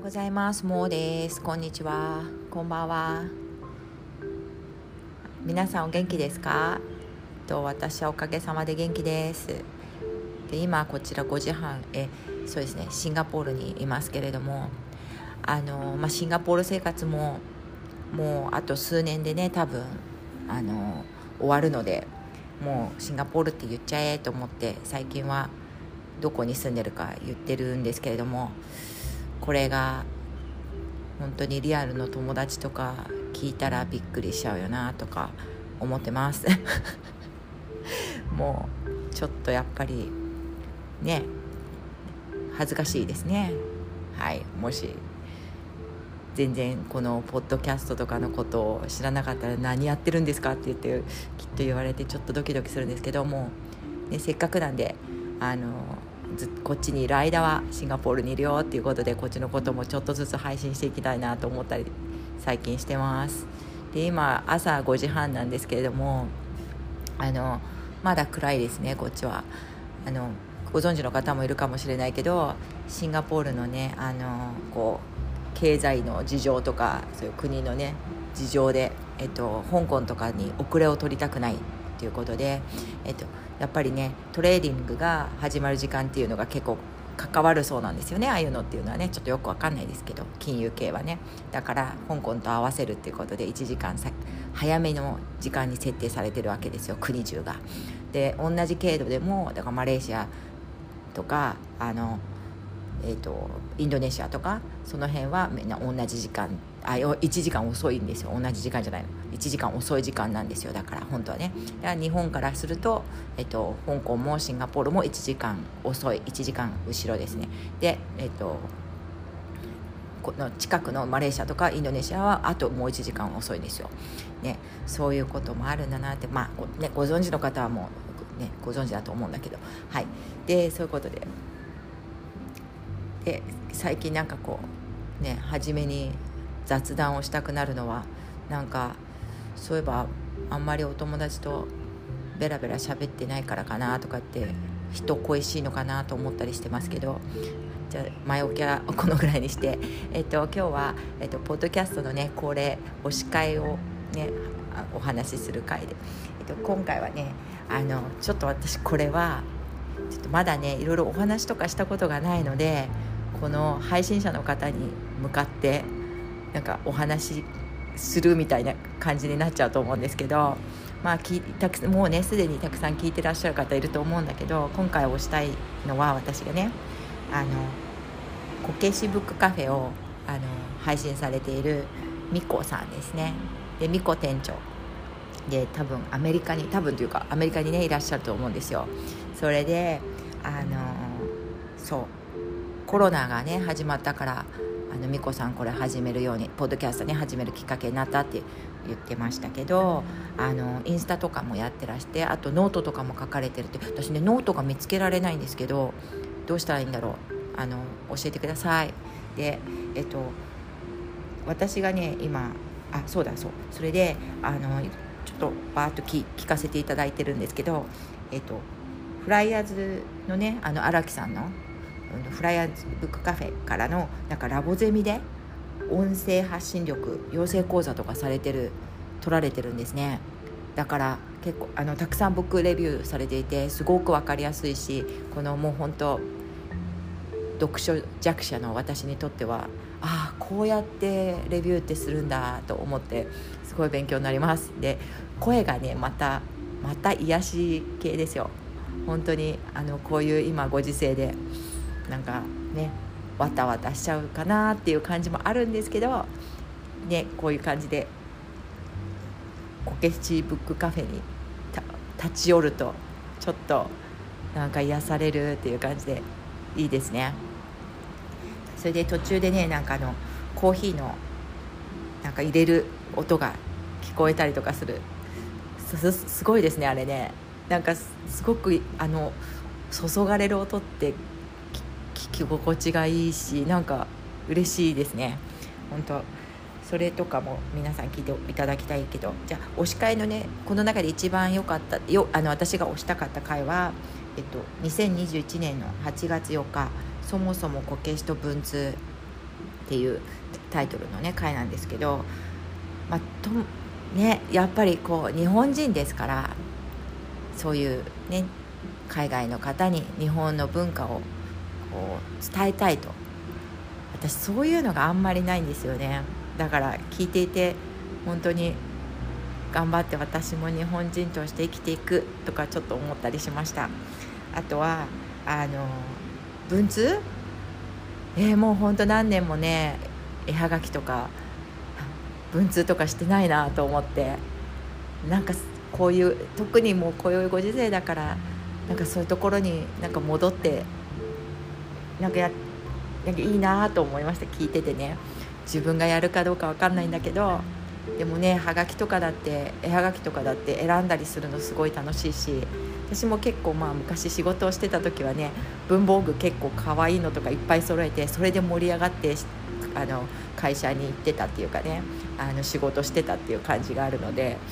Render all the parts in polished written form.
ございます。もうです。こんにちは。こんばんは。皆さんお元気ですか？私はおかげさまで元気です。で、今こちら5時半そうですね、シンガポールにいますけれども、シンガポール生活ももうあと数年でね、多分終わるので、もうシンガポールって言っちゃえと思って最近はどこに住んでるか言ってるんですけれども、これが本当にリアルの友達とか聞いたらびっくりしちゃうよなとか思ってますもうちょっとやっぱりね、恥ずかしいですね。はい、もし全然このポッドキャストとかのことを知らなかったら何やってるんですかって言ってきっと言われてちょっとドキドキするんですけども、ね、せっかくなんでこっちにいる間はシンガポールにいるよっていうことで、こっちのこともちょっとずつ配信していきたいなと思ったり最近してます。で、今朝5時半なんですけれども、まだ暗いですね。こっちはご存知の方もいるかもしれないけど、シンガポールのね経済の事情とかそういう国のね事情で、香港とかに遅れを取りたくないということで、やっぱりねトレーディングが始まる時間っていうのが結構関わるそうなんですよね。ああいうのっていうのはね、ちょっとよくわかんないですけど、金融系はね、だから香港と合わせるっていうことで1時間早めの時間に設定されてるわけですよ、国中が。で、同じ経度でもだからマレーシアとかインドネシアとかその辺はみんな同じ時間、1時間遅いんですよ。同じ時間じゃないの、1時間遅い時間なんですよ。だから本当はね、だから日本からすると、香港もシンガポールも1時間遅い、1時間後ろですね。で、この近くのマレーシアとかインドネシアはあともう1時間遅いんですよ、ね、そういうこともあるんだなって、ご存知の方はもう、ね、ご存知だと思うんだけど、はい。で、そういうことで最近なんか初めに雑談をしたくなるのは、なんかそういえばあんまりお友達とベラベラ喋ってないからかなとかって人恋しいのかなと思ったりしてますけど、じゃあ前置きはこのぐらいにして、今日は、ポッドキャストのね恒例推し会をねお話しする会で、今回はねちょっと私これはちょっとまだねいろいろお話とかしたことがないので、この配信者の方に向かってなんかお話しするみたいな感じになっちゃうと思うんですけど、もうねすでにたくさん聞いてらっしゃる方いると思うんだけど、今回推したいのは、私がねこけしブックカフェを配信されているみこさんですね。で、みこ店長で、多分アメリカにねいらっしゃると思うんですよ。それでそうコロナがね始まったから、みこさんこれ始めるように、ポッドキャストね始めるきっかけになったって言ってましたけど、インスタとかもやってらして、あとノートとかも書かれてるって。私ねノートが見つけられないんですけど、どうしたらいいんだろう、教えてください。で、私がね今そうそれでちょっとバーッと聞かせていただいてるんですけど、フライヤーズのね荒木さんのフライヤーズブックカフェからのなんかラボゼミで音声発信力養成講座とか取られてるんですね。だから結構たくさんブックレビューされていて、すごく分かりやすいし、このもう本当読書弱者の私にとってはこうやってレビューってするんだと思ってすごい勉強になります。で、声がねまた癒し系ですよ。本当にこういう今ご時世でなんかねわたわたしちゃうかなっていう感じもあるんですけどね、こういう感じでこけしブックカフェに立ち寄るとちょっとなんか癒されるっていう感じでいいですね。それで途中でねなんかコーヒーのなんか入れる音が聞こえたりとかする。すごいですねあれね。なんかすごく注がれる音って聞き心地がいいし、なんか嬉しいですね本当。それとかも皆さん聞いていただきたいけど、じゃあ推し会のねこの中で一番良かった私が推したかった回は、2021年の8月4日、そもそもこけしと文通っていうタイトルのね回なんですけど、やっぱりこう日本人ですから、そういうね海外の方に日本の文化をこう伝えたいと、私そういうのがあんまりないんですよね。だから聞いていて本当に頑張って私も日本人として生きていくとかちょっと思ったりしました。あとは文通、もう本当何年もね絵はがきとか文通とかしてないなと思って、なんかこういう特にもうこういうご時世だから、なんかそういうところになんか戻ってなんかいいなと思いました。聞いててね、自分がやるかどうか分かんないんだけど、でもねはがきとかだって絵はがきとかだって選んだりするのすごい楽しいし、私も結構昔仕事をしてた時はね文房具結構可愛いのとかいっぱい揃えて、それで盛り上がって会社に行ってたっていうかね、仕事してたっていう感じがあるので、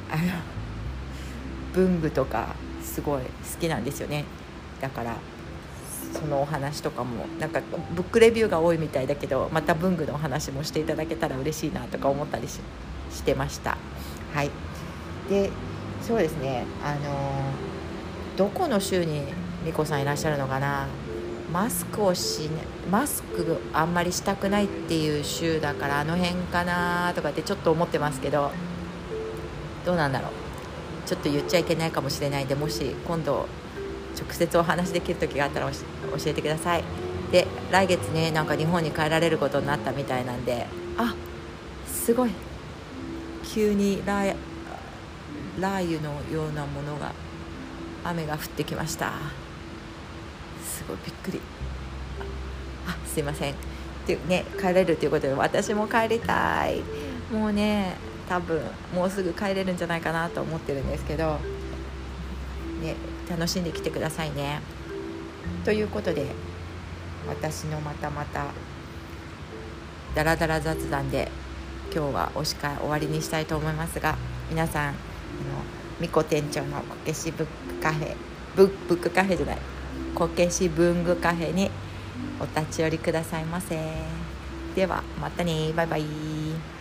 文具とかすごい好きなんですよね。だからそのお話とかもなんかブックレビューが多いみたいだけど、また文具のお話もしていただけたら嬉しいなとか思ったりしてました。はい。でそうですね、どこの州に美子さんいらっしゃるのかな。マスクあんまりしたくないっていう州だからあの辺かなとかってちょっと思ってますけど、どうなんだろう、ちょっと言っちゃいけないかもしれないんで、もし今度直接お話できる時があったら教えてください。で来月ねなんか日本に帰られることになったみたいなんで、すごい急に雷雨のようなものが雨が降ってきました。すごいびっくり。すいませんってね、帰れるということで私も帰りたい。もうね多分もうすぐ帰れるんじゃないかなと思ってるんですけどね、楽しんできてくださいね。ということで私のまたダラダラ雑談で今日は終わりにしたいと思いますが、皆さんみこ店長のこけしブックカフェブックカフェじゃないこけし文具カフェにお立ち寄りくださいませ。ではまたね、バイバイ。